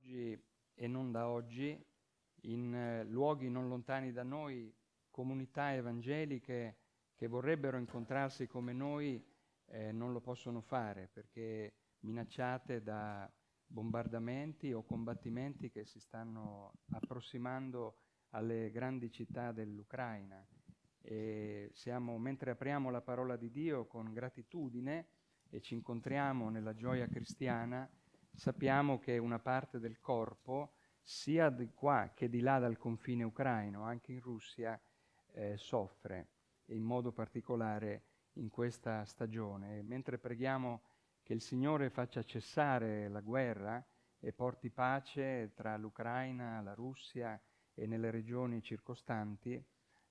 oggi e non da oggi, in luoghi non lontani da noi, comunità evangeliche che vorrebbero incontrarsi come noi non lo possono fare perché minacciate da bombardamenti o combattimenti che si stanno approssimando alle grandi città dell'Ucraina. E mentre apriamo la parola di Dio con gratitudine e ci incontriamo nella gioia cristiana, sappiamo che una parte del corpo, sia di qua che di là dal confine ucraino, anche in Russia, soffre, e in modo particolare in questa stagione. E mentre preghiamo che il Signore faccia cessare la guerra e porti pace tra l'Ucraina, la Russia e nelle regioni circostanti,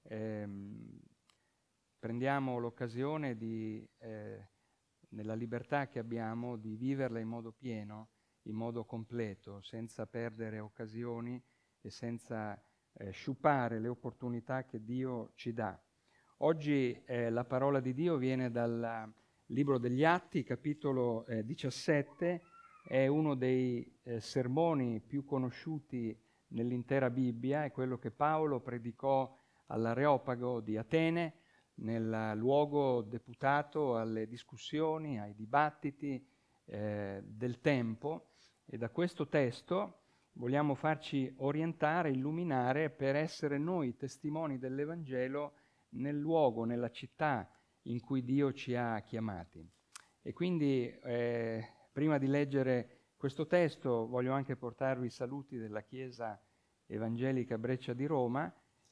prendiamo l'occasione di, nella libertà che abbiamo, di viverla in modo pieno, in modo completo, senza perdere occasioni e senza sciupare le opportunità che Dio ci dà. Oggi la parola di Dio viene dal Libro degli Atti, capitolo 17, è uno dei sermoni più conosciuti nell'intera Bibbia, è quello che Paolo predicò all'Areopago di Atene, nel luogo deputato alle discussioni, ai dibattiti del tempo, e da questo testo vogliamo farci orientare, illuminare per essere noi testimoni dell'Evangelo nel luogo, nella città in cui Dio ci ha chiamati. E quindi prima di leggere questo testo voglio anche portarvi i saluti della Chiesa Evangelica Breccia di Roma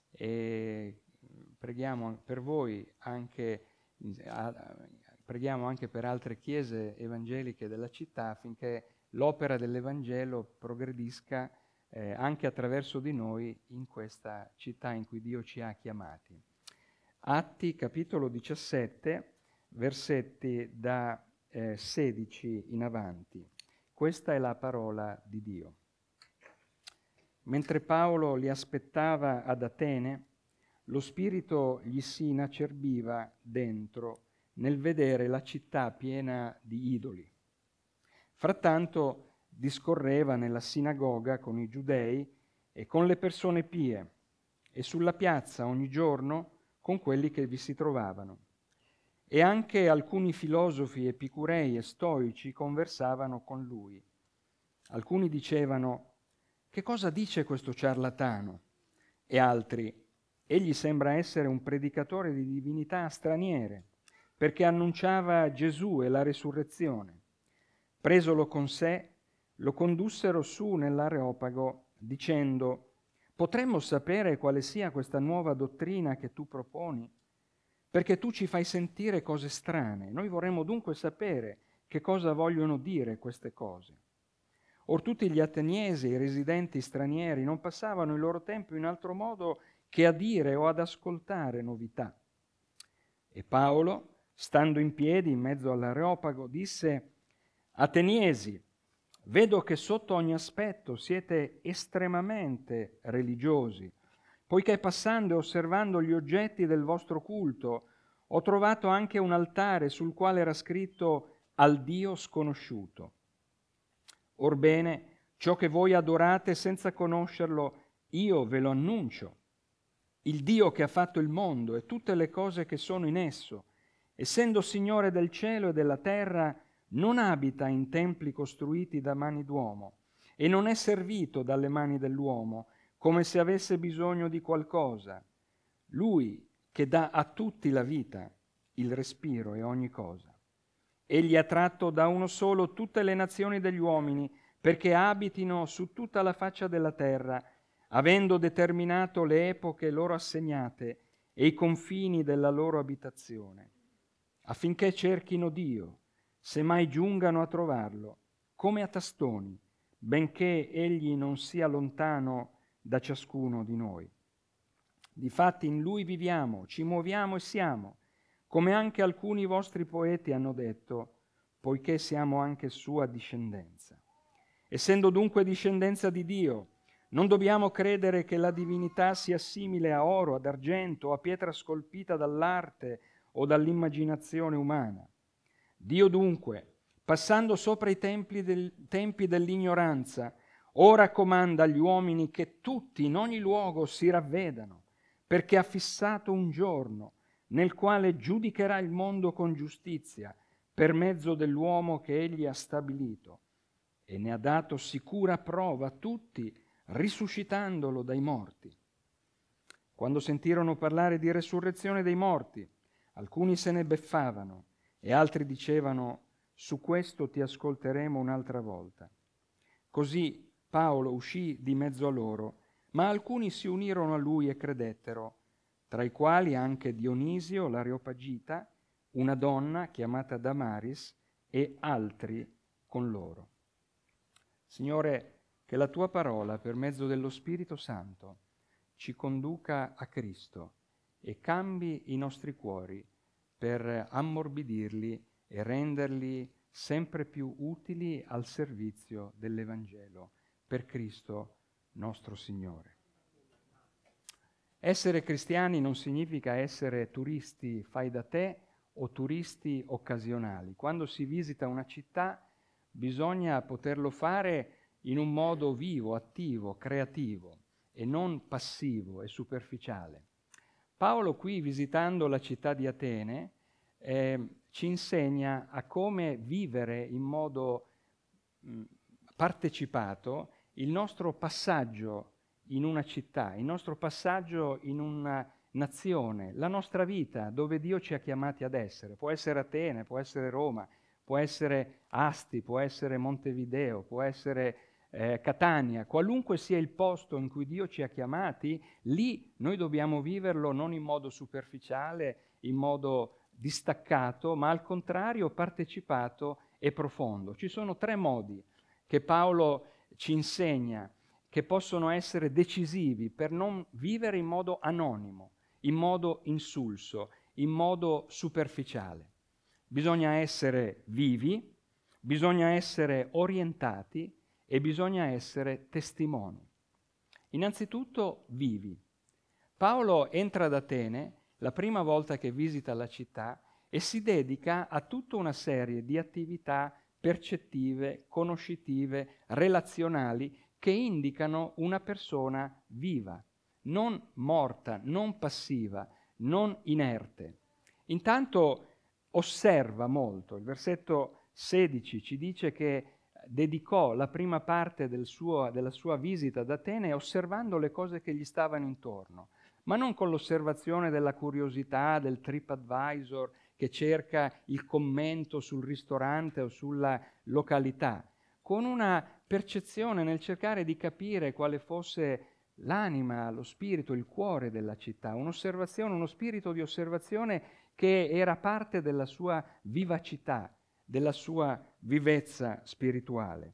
e preghiamo per voi anche, preghiamo anche per altre chiese evangeliche della città affinché l'opera dell'Evangelo progredisca anche attraverso di noi in questa città in cui Dio ci ha chiamati. Atti capitolo 17, versetti da 16 in avanti. Questa è la parola di Dio. Mentre Paolo li aspettava ad Atene, lo spirito gli si inacerbiva dentro nel vedere la città piena di idoli. Frattanto discorreva nella sinagoga con i giudei e con le persone pie e sulla piazza ogni giorno con quelli che vi si trovavano. E anche alcuni filosofi epicurei e stoici conversavano con lui. Alcuni dicevano: «Che cosa dice questo ciarlatano?» E altri: «Egli sembra essere un predicatore di divinità straniere, perché annunciava Gesù e la resurrezione». Presolo con sé, lo condussero su nell'Areopago, dicendo: «Potremmo sapere quale sia questa nuova dottrina che tu proponi? Perché tu ci fai sentire cose strane. Noi vorremmo dunque sapere che cosa vogliono dire queste cose». Or tutti gli ateniesi e i residenti stranieri non passavano il loro tempo in altro modo che a dire o ad ascoltare novità. E Paolo, stando in piedi in mezzo all'Areopago, disse: «Ateniesi, vedo che sotto ogni aspetto siete estremamente religiosi, poiché passando e osservando gli oggetti del vostro culto ho trovato anche un altare sul quale era scritto al Dio sconosciuto. Orbene, ciò che voi adorate senza conoscerlo, io ve lo annuncio. Il Dio che ha fatto il mondo e tutte le cose che sono in esso, essendo Signore del cielo e della terra, non abita in templi costruiti da mani d'uomo e non è servito dalle mani dell'uomo come se avesse bisogno di qualcosa. Lui che dà a tutti la vita, il respiro e ogni cosa. Egli ha tratto da uno solo tutte le nazioni degli uomini perché abitino su tutta la faccia della terra, avendo determinato le epoche loro assegnate e i confini della loro abitazione, affinché cerchino Dio, se mai giungano a trovarlo, come a tastoni, benché egli non sia lontano da ciascuno di noi. Difatti in lui viviamo, ci muoviamo e siamo, come anche alcuni vostri poeti hanno detto, poiché siamo anche sua discendenza. Essendo dunque discendenza di Dio, non dobbiamo credere che la divinità sia simile a oro, ad argento, a pietra scolpita dall'arte o dall'immaginazione umana. Dio dunque, passando sopra i tempi dell'ignoranza, Ora comanda agli uomini che tutti in ogni luogo si ravvedano, perché ha fissato un giorno nel quale giudicherà il mondo con giustizia per mezzo dell'uomo che egli ha stabilito, e ne ha dato sicura prova a tutti, risuscitandolo dai morti. Quando sentirono parlare di resurrezione dei morti, alcuni se ne beffavano e altri dicevano: su questo ti ascolteremo un'altra volta. Così Paolo uscì di mezzo a loro, ma alcuni si unirono a lui e credettero, tra i quali anche Dionisio l'Areopagita, una donna chiamata Damaris e altri con loro. Signore, che la tua parola, per mezzo dello Spirito Santo, ci conduca a Cristo e cambi i nostri cuori per ammorbidirli e renderli sempre più utili al servizio dell'Evangelo, per Cristo nostro Signore. Essere cristiani non significa essere turisti fai da te o turisti occasionali. Quando si visita una città bisogna poterlo fare in un modo vivo, attivo, creativo e non passivo e superficiale. Paolo qui, visitando la città di Atene, ci insegna a come vivere in modo partecipato il nostro passaggio in una città, il nostro passaggio in una nazione, la nostra vita dove Dio ci ha chiamati ad essere. Può essere Atene, può essere Roma, può essere Asti, può essere Montevideo, può essere Catania, qualunque sia il posto in cui Dio ci ha chiamati, lì noi dobbiamo viverlo non in modo superficiale, in modo distaccato, ma al contrario partecipato e profondo. Ci sono 3 modi che Paolo ci insegna che possono essere decisivi per non vivere in modo anonimo, in modo insulso, in modo superficiale. Bisogna essere vivi, bisogna essere orientati e bisogna essere testimoni. Innanzitutto vivi. Paolo entra ad Atene la prima volta che visita la città e si dedica a tutta una serie di attività percettive, conoscitive, relazionali che indicano una persona viva, non morta, non passiva, non inerte. Intanto osserva molto. Il versetto 16 ci dice che dedicò la prima parte della sua visita ad Atene osservando le cose che gli stavano intorno, ma non con l'osservazione della curiosità, del TripAdvisor che cerca il commento sul ristorante o sulla località, con una percezione nel cercare di capire quale fosse l'anima, lo spirito, il cuore della città, un'osservazione, uno spirito di osservazione che era parte della sua vivacità, della sua vivezza spirituale.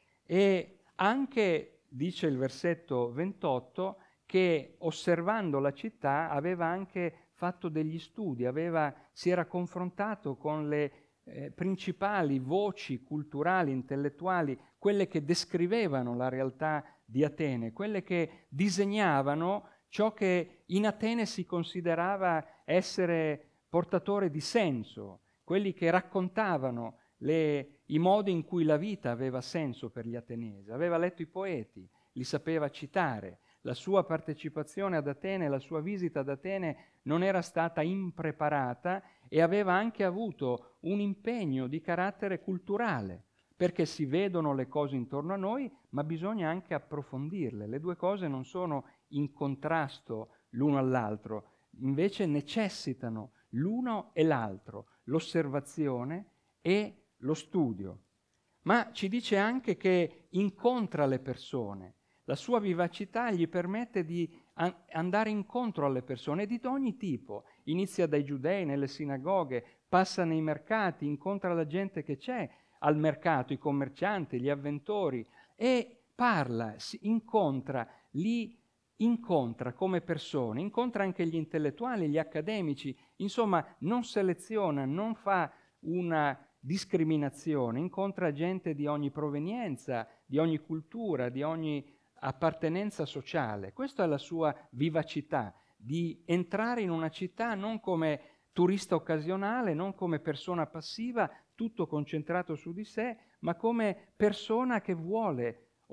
E anche, dice il versetto 28, che osservando la città aveva anche fatto degli studi, si era confrontato con le principali voci culturali, intellettuali, quelle che descrivevano la realtà di Atene, quelle che disegnavano ciò che in Atene si considerava essere portatore di senso, quelli che raccontavano i modi in cui la vita aveva senso per gli ateniesi. Aveva letto i poeti, li sapeva citare. La sua partecipazione ad Atene, la sua visita ad Atene non era stata impreparata e aveva anche avuto un impegno di carattere culturale, perché si vedono le cose intorno a noi, ma bisogna anche approfondirle. Le 2 cose non sono in contrasto l'uno all'altro, invece necessitano l'uno e l'altro, l'osservazione e lo studio. Ma ci dice anche che incontra le persone. La sua vivacità gli permette di andare incontro alle persone di ogni tipo. Inizia dai giudei, nelle sinagoghe, passa nei mercati, incontra la gente che c'è al mercato, i commercianti, gli avventori, e parla, si incontra, li incontra come persone, incontra anche gli intellettuali, gli accademici, insomma non seleziona, non fa una discriminazione, incontra gente di ogni provenienza, di ogni cultura, di ogni appartenenza sociale. Questa è la sua vivacità, di entrare in una città non come turista occasionale, non come persona passiva, tutto concentrato su di sé, ma come persona che vuole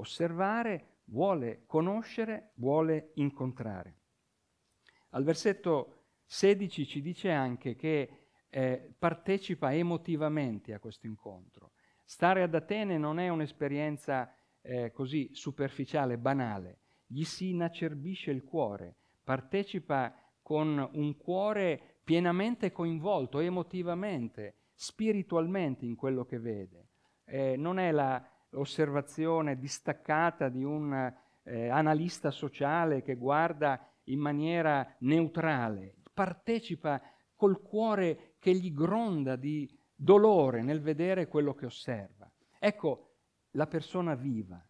osservare, vuole conoscere, vuole incontrare. Al versetto 16 ci dice anche che partecipa emotivamente a questo incontro. Stare ad Atene non è un'esperienza così superficiale, banale, gli si inacerbisce il cuore, partecipa con un cuore pienamente coinvolto emotivamente, spiritualmente in quello che vede. Non è l'osservazione distaccata di un analista sociale che guarda in maniera neutrale, partecipa col cuore che gli gronda di dolore nel vedere quello che osserva. Ecco, la persona viva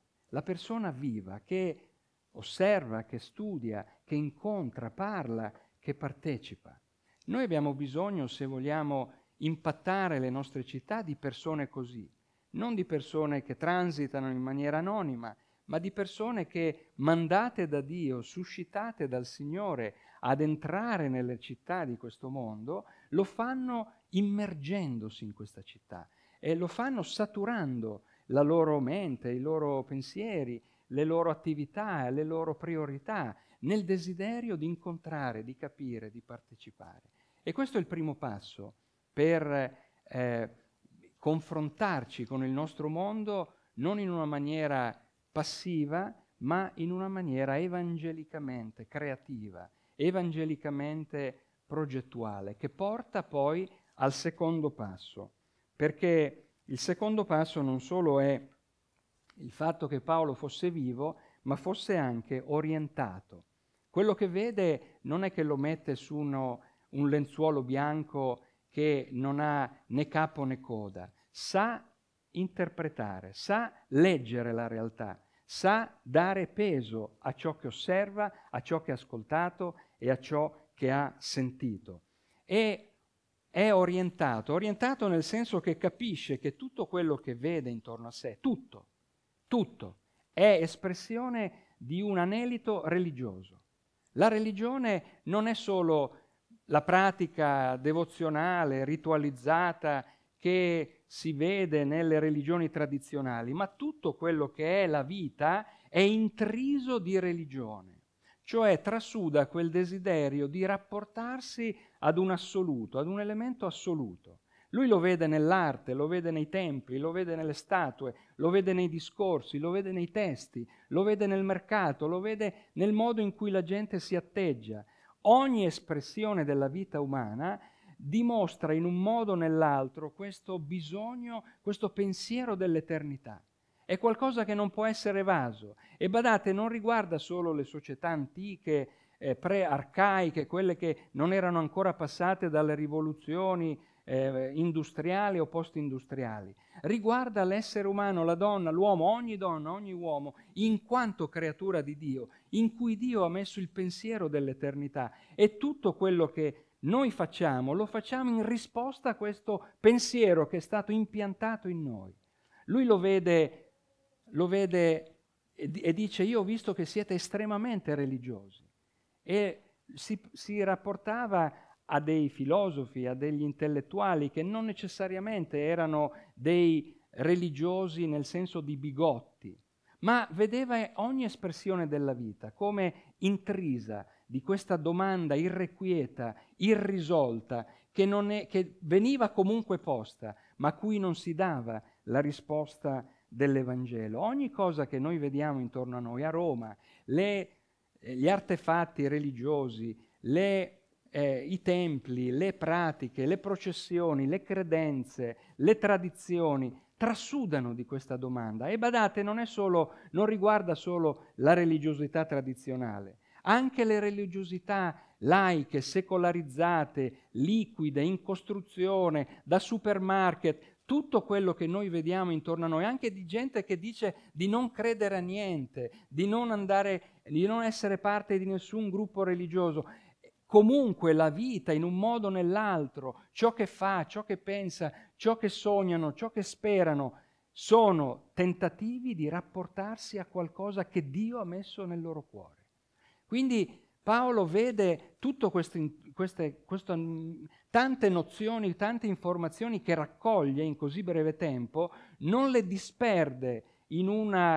che osserva, che studia, che incontra, parla, che partecipa. Noi abbiamo bisogno, se vogliamo impattare le nostre città, di persone così, non di persone che transitano in maniera anonima, ma di persone che, mandate da Dio, suscitate dal Signore ad entrare nelle città di questo mondo, lo fanno immergendosi in questa città e lo fanno saturando la loro mente, i loro pensieri, le loro attività, le loro priorità, nel desiderio di incontrare, di capire, di partecipare. E questo è il primo passo per confrontarci con il nostro mondo non in una maniera passiva, ma in una maniera evangelicamente creativa, evangelicamente progettuale, che porta poi al secondo passo. Perché il secondo passo non solo è il fatto che Paolo fosse vivo, ma fosse anche orientato. Quello che vede non è che lo mette su un lenzuolo bianco che non ha né capo né coda, sa interpretare, sa leggere la realtà, sa dare peso a ciò che osserva, a ciò che ha ascoltato e a ciò che ha sentito. E è orientato nel senso che capisce che tutto quello che vede intorno a sé, tutto, è espressione di un anelito religioso. La religione non è solo la pratica devozionale, ritualizzata, che si vede nelle religioni tradizionali, ma tutto quello che è la vita è intriso di religione, cioè trasuda quel desiderio di rapportarsi ad un assoluto, ad un elemento assoluto. Lui lo vede nell'arte, lo vede nei templi, lo vede nelle statue, lo vede nei discorsi, lo vede nei testi, lo vede nel mercato, lo vede nel modo in cui la gente si atteggia. Ogni espressione della vita umana dimostra in un modo o nell'altro questo bisogno, questo pensiero dell'eternità. È qualcosa che non può essere evaso. E badate, non riguarda solo le società antiche, pre-arcaiche, quelle che non erano ancora passate dalle rivoluzioni industriali o post-industriali. Riguarda l'essere umano, la donna, l'uomo, ogni uomo, in quanto creatura di Dio, in cui Dio ha messo il pensiero dell'eternità. E tutto quello che noi facciamo, lo facciamo in risposta a questo pensiero che è stato impiantato in noi. Lui lo vede e dice: io ho visto che siete estremamente religiosi. E si rapportava a dei filosofi, a degli intellettuali che non necessariamente erano dei religiosi nel senso di bigotti, ma vedeva ogni espressione della vita come intrisa di questa domanda irrequieta, irrisolta, che veniva comunque posta, ma a cui non si dava la risposta dell'Evangelo. Ogni cosa che noi vediamo intorno a noi, a Roma, gli artefatti religiosi, i templi, le pratiche, le processioni, le credenze, le tradizioni, trasudano di questa domanda. E badate, non riguarda solo la religiosità tradizionale, anche le religiosità laiche, secolarizzate, liquide, in costruzione, da supermarket, tutto quello che noi vediamo intorno a noi, anche di gente che dice di non credere a niente, di non essere parte di nessun gruppo religioso. Comunque la vita, in un modo o nell'altro, ciò che fa, ciò che pensa, ciò che sognano, ciò che sperano, sono tentativi di rapportarsi a qualcosa che Dio ha messo nel loro cuore. Quindi Paolo vede tutte queste tante nozioni, tante informazioni che raccoglie in così breve tempo, non le disperde in una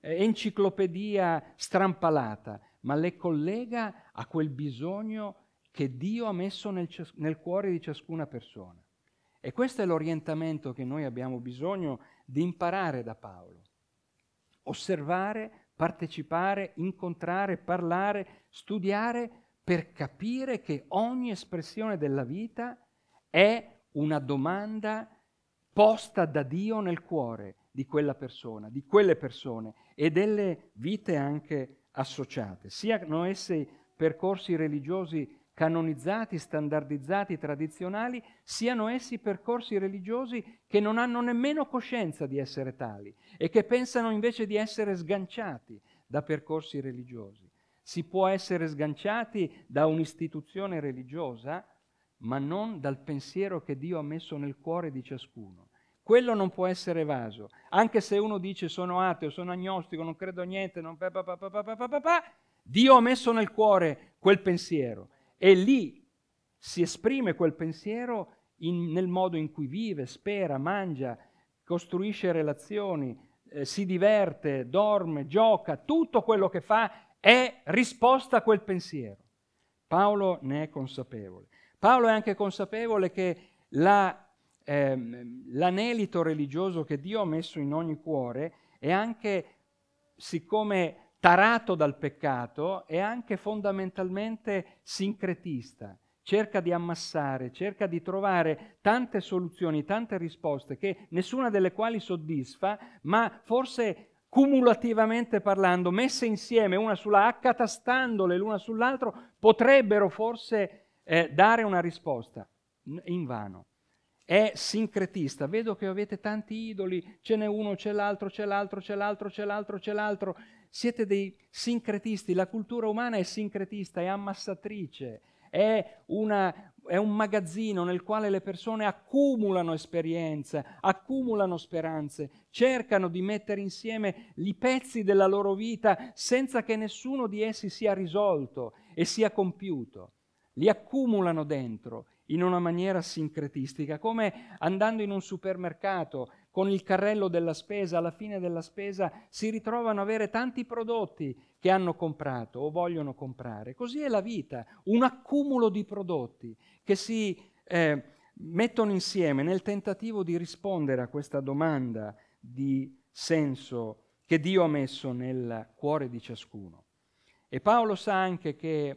enciclopedia strampalata, ma le collega a quel bisogno che Dio ha messo nel cuore di ciascuna persona. E questo è l'orientamento che noi abbiamo bisogno di imparare da Paolo. Osservare, partecipare, incontrare, parlare, studiare per capire che ogni espressione della vita è una domanda posta da Dio nel cuore di quella persona, di quelle persone e delle vite anche associate, siano essi percorsi religiosi canonizzati, standardizzati, tradizionali, siano essi percorsi religiosi che non hanno nemmeno coscienza di essere tali e che pensano invece di essere sganciati da percorsi religiosi. Si può essere sganciati da un'istituzione religiosa, ma non dal pensiero che Dio ha messo nel cuore di ciascuno. Quello non può essere evaso. Anche se uno dice sono ateo, sono agnostico, non credo a niente, Dio ha messo nel cuore quel pensiero e lì si esprime quel pensiero nel modo in cui vive, spera, mangia, costruisce relazioni, si diverte, dorme, gioca, tutto quello che fa è risposta a quel pensiero. Paolo ne è consapevole. Paolo è anche consapevole che l'anelito religioso che Dio ha messo in ogni cuore è anche, siccome tarato dal peccato, è anche fondamentalmente sincretista. Cerca di ammassare, cerca di trovare tante soluzioni, tante risposte, che nessuna delle quali soddisfa, ma forse cumulativamente parlando, messe insieme una sulla, accatastandole l'una sull'altro, potrebbero forse dare una risposta. Invano. È sincretista. Vedo che avete tanti idoli, ce n'è uno, c'è l'altro, c'è l'altro, c'è l'altro, c'è l'altro, c'è l'altro. Siete dei sincretisti. La cultura umana è sincretista, è ammassatrice, è un magazzino nel quale le persone accumulano esperienze, accumulano speranze, cercano di mettere insieme i pezzi della loro vita senza che nessuno di essi sia risolto e sia compiuto. Li accumulano dentro in una maniera sincretistica, come andando in un supermercato con il carrello della spesa, alla fine della spesa si ritrovano ad avere tanti prodotti che hanno comprato o vogliono comprare. Così è la vita, un accumulo di prodotti che si mettono insieme nel tentativo di rispondere a questa domanda di senso che Dio ha messo nel cuore di ciascuno. E Paolo sa anche che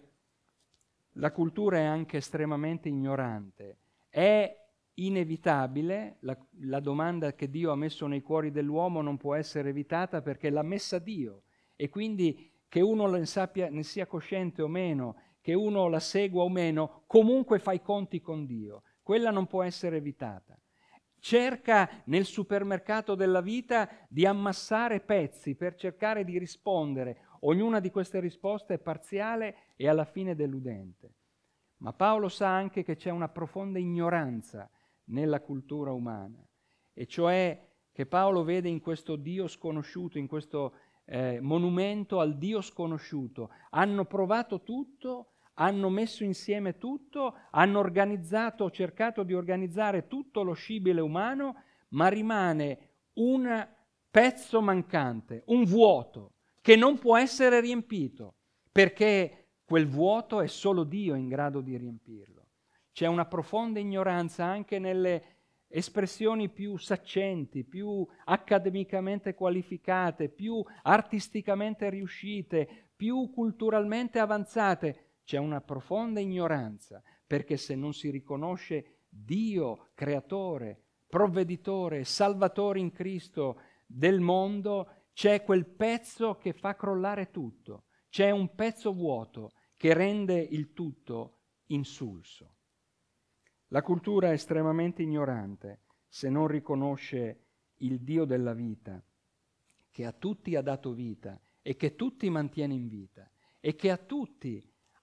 la cultura è anche estremamente ignorante. È inevitabile, la domanda che Dio ha messo nei cuori dell'uomo non può essere evitata perché l'ha messa Dio e quindi che uno ne sia cosciente o meno, che uno la segua o meno, comunque fa i conti con Dio. Quella non può essere evitata. Cerca nel supermercato della vita di ammassare pezzi per cercare di rispondere. Ognuna di queste risposte è parziale e alla fine deludente. Ma Paolo sa anche che c'è una profonda ignoranza nella cultura umana, e cioè che Paolo vede in questo Dio sconosciuto, in questo monumento al Dio sconosciuto. Hanno provato tutto, hanno messo insieme tutto, hanno organizzato, cercato di organizzare tutto lo scibile umano, ma rimane un pezzo mancante, un vuoto che non può essere riempito, perché quel vuoto è solo Dio in grado di riempirlo. C'è una profonda ignoranza anche nelle espressioni più saccenti, più accademicamente qualificate, più artisticamente riuscite, più culturalmente avanzate. C'è una profonda ignoranza, perché se non si riconosce Dio, creatore, provveditore, salvatore in Cristo del mondo, c'è quel pezzo che fa crollare tutto. C'è un pezzo vuoto che rende il tutto insulso. La cultura è estremamente ignorante se non riconosce il Dio della vita, che a tutti ha dato vita e che tutti mantiene in vita e che a tutti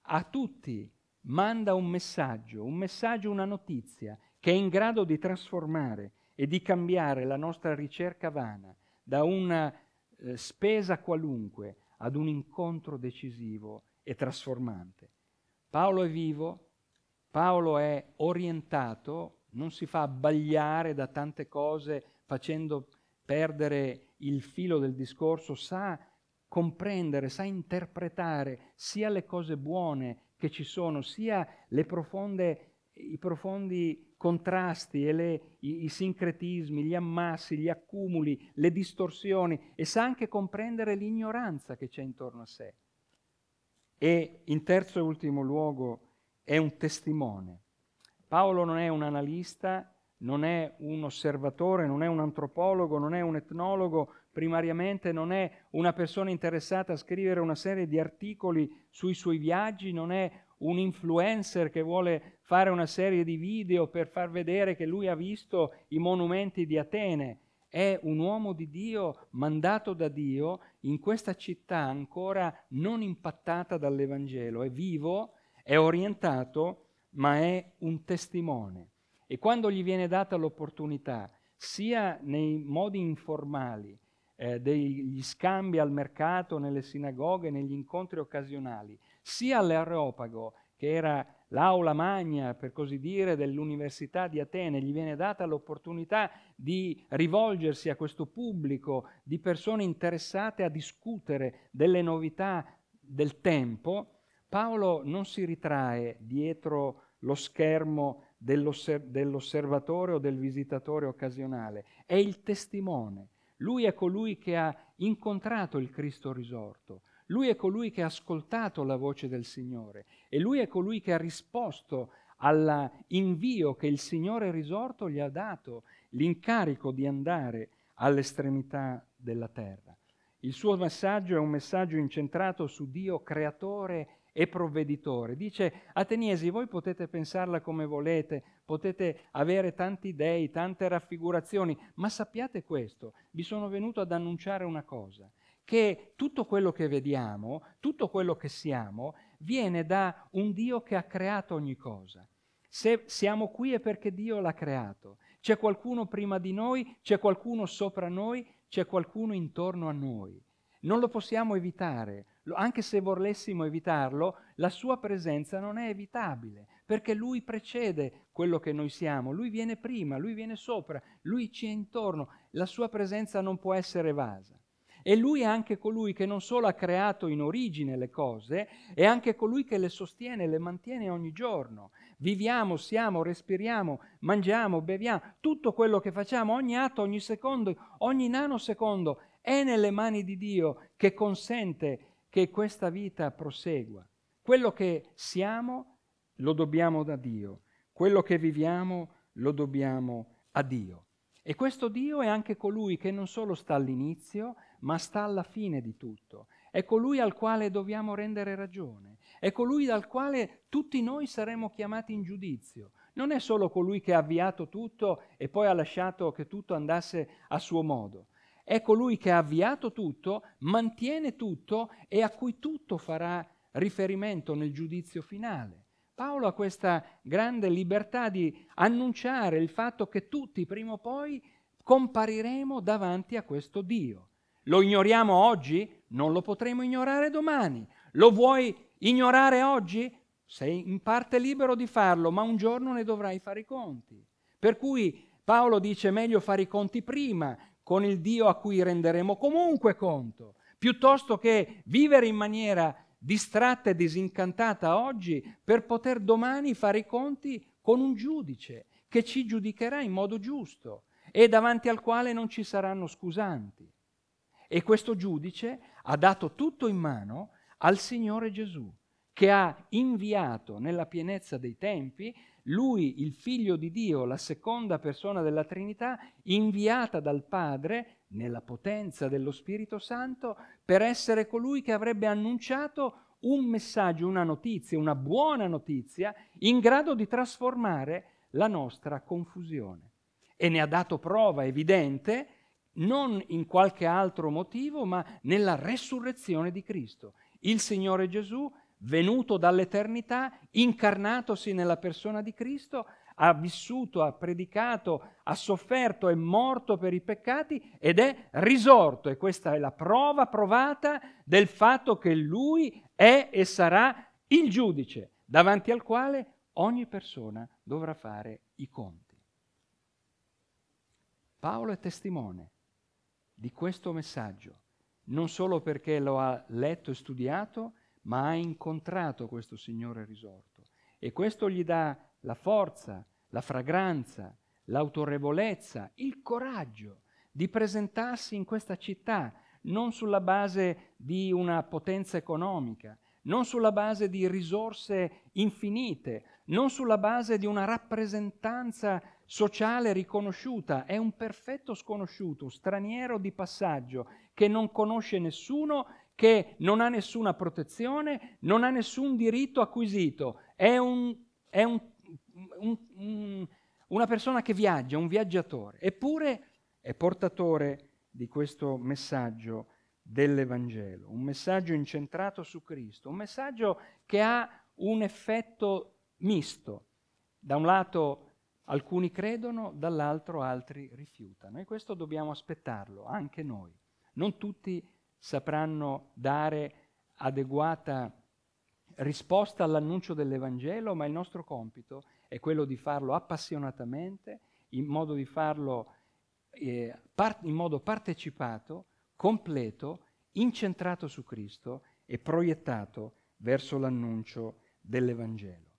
manda un messaggio, una notizia che è in grado di trasformare e di cambiare la nostra ricerca vana da una spesa qualunque ad un incontro decisivo e trasformante. Paolo è vivo, Paolo è orientato, non si fa abbagliare da tante cose facendo perdere il filo del discorso, sa comprendere, sa interpretare sia le cose buone che ci sono, sia i profondi contrasti e i sincretismi, gli ammassi, gli accumuli, le distorsioni, e sa anche comprendere l'ignoranza che c'è intorno a sé. E in terzo e ultimo luogo è un testimone. Paolo non è un analista, non è un osservatore, non è un antropologo, non è un etnologo, primariamente non è una persona interessata a scrivere una serie di articoli sui suoi viaggi, non è un influencer che vuole fare una serie di video per far vedere che lui ha visto i monumenti di Atene. È un uomo di Dio, mandato da Dio, in questa città ancora non impattata dall'Evangelo. È vivo, è orientato, ma è un testimone. E quando gli viene data l'opportunità, sia nei modi informali, degli scambi al mercato, nelle sinagoghe, negli incontri occasionali, sia all'Areopago, che era l'aula magna, per così dire, dell'Università di Atene, gli viene data l'opportunità di rivolgersi a questo pubblico di persone interessate a discutere delle novità del tempo, Paolo non si ritrae dietro lo schermo dell'osservatore o del visitatore occasionale, è il testimone. Lui è colui che ha incontrato il Cristo risorto, lui è colui che ha ascoltato la voce del Signore e lui è colui che ha risposto all'invio che il Signore risorto gli ha dato, l'incarico di andare all'estremità della terra. Il suo messaggio è un messaggio incentrato su Dio creatore e provveditore. Dice: Ateniesi, voi potete pensarla come volete, potete avere tanti dei, tante raffigurazioni, ma sappiate questo, vi sono venuto ad annunciare una cosa, che tutto quello che vediamo, tutto quello che siamo, viene da un Dio che ha creato ogni cosa. Se siamo qui è perché Dio l'ha creato. C'è qualcuno prima di noi, c'è qualcuno sopra noi, c'è qualcuno intorno a noi. Non lo possiamo evitare. Anche se volessimo evitarlo, la sua presenza non è evitabile, perché lui precede quello che noi siamo, lui viene prima, lui viene sopra, lui ci è intorno, la sua presenza non può essere evasa. E lui è anche colui che non solo ha creato in origine le cose, è anche colui che le sostiene, le mantiene ogni giorno. Viviamo, siamo, respiriamo, mangiamo, beviamo, tutto quello che facciamo, ogni atto, ogni secondo, ogni nanosecondo è nelle mani di Dio, che consente che questa vita prosegua. Quello che siamo lo dobbiamo da Dio, quello che viviamo lo dobbiamo a Dio. E questo Dio è anche colui che non solo sta all'inizio, ma sta alla fine di tutto. È colui al quale dobbiamo rendere ragione. È colui dal quale tutti noi saremo chiamati in giudizio. Non è solo colui che ha avviato tutto e poi ha lasciato che tutto andasse a suo modo. È colui che ha avviato tutto, mantiene tutto e a cui tutto farà riferimento nel giudizio finale. Paolo ha questa grande libertà di annunciare il fatto che tutti prima o poi compariremo davanti a questo Dio. Lo ignoriamo oggi? Non lo potremo ignorare domani. Lo vuoi ignorare oggi? Sei in parte libero di farlo, ma un giorno ne dovrai fare i conti. Per cui Paolo dice: meglio fare i conti prima con il Dio a cui renderemo comunque conto, piuttosto che vivere in maniera distratta e disincantata oggi per poter domani fare i conti con un giudice che ci giudicherà in modo giusto e davanti al quale non ci saranno scusanti. E questo giudice ha dato tutto in mano al Signore Gesù, che ha inviato nella pienezza dei tempi lui, il Figlio di Dio, la seconda persona della Trinità, inviata dal Padre nella potenza dello Spirito Santo per essere colui che avrebbe annunciato un messaggio, una notizia, una buona notizia, in grado di trasformare la nostra confusione. E ne ha dato prova evidente, non in qualche altro motivo, ma nella resurrezione di Cristo. Il Signore Gesù, venuto dall'eternità, incarnatosi nella persona di Cristo, ha vissuto, ha predicato, ha sofferto, è morto per i peccati ed è risorto. E questa è la prova provata del fatto che Lui è e sarà il giudice davanti al quale ogni persona dovrà fare i conti. Paolo è testimone. di questo messaggio, non solo perché lo ha letto e studiato, ma ha incontrato questo Signore risorto. E questo gli dà la forza, la fragranza, l'autorevolezza, il coraggio di presentarsi in questa città, non sulla base di una potenza economica, non sulla base di risorse infinite, non sulla base di una rappresentanza sociale riconosciuta. È un perfetto sconosciuto, straniero di passaggio, che non conosce nessuno, che non ha nessuna protezione, non ha nessun diritto acquisito. È una persona che viaggia, un viaggiatore. Eppure è portatore di questo messaggio dell'Evangelo, un messaggio incentrato su Cristo, un messaggio che ha un effetto misto. Da un lato alcuni credono, dall'altro altri rifiutano, e questo dobbiamo aspettarlo anche noi. Non tutti sapranno dare adeguata risposta all'annuncio dell'Evangelo, ma il nostro compito è quello di farlo appassionatamente, in modo di farlo in modo partecipato, completo, incentrato su Cristo e proiettato verso l'annuncio dell'Evangelo.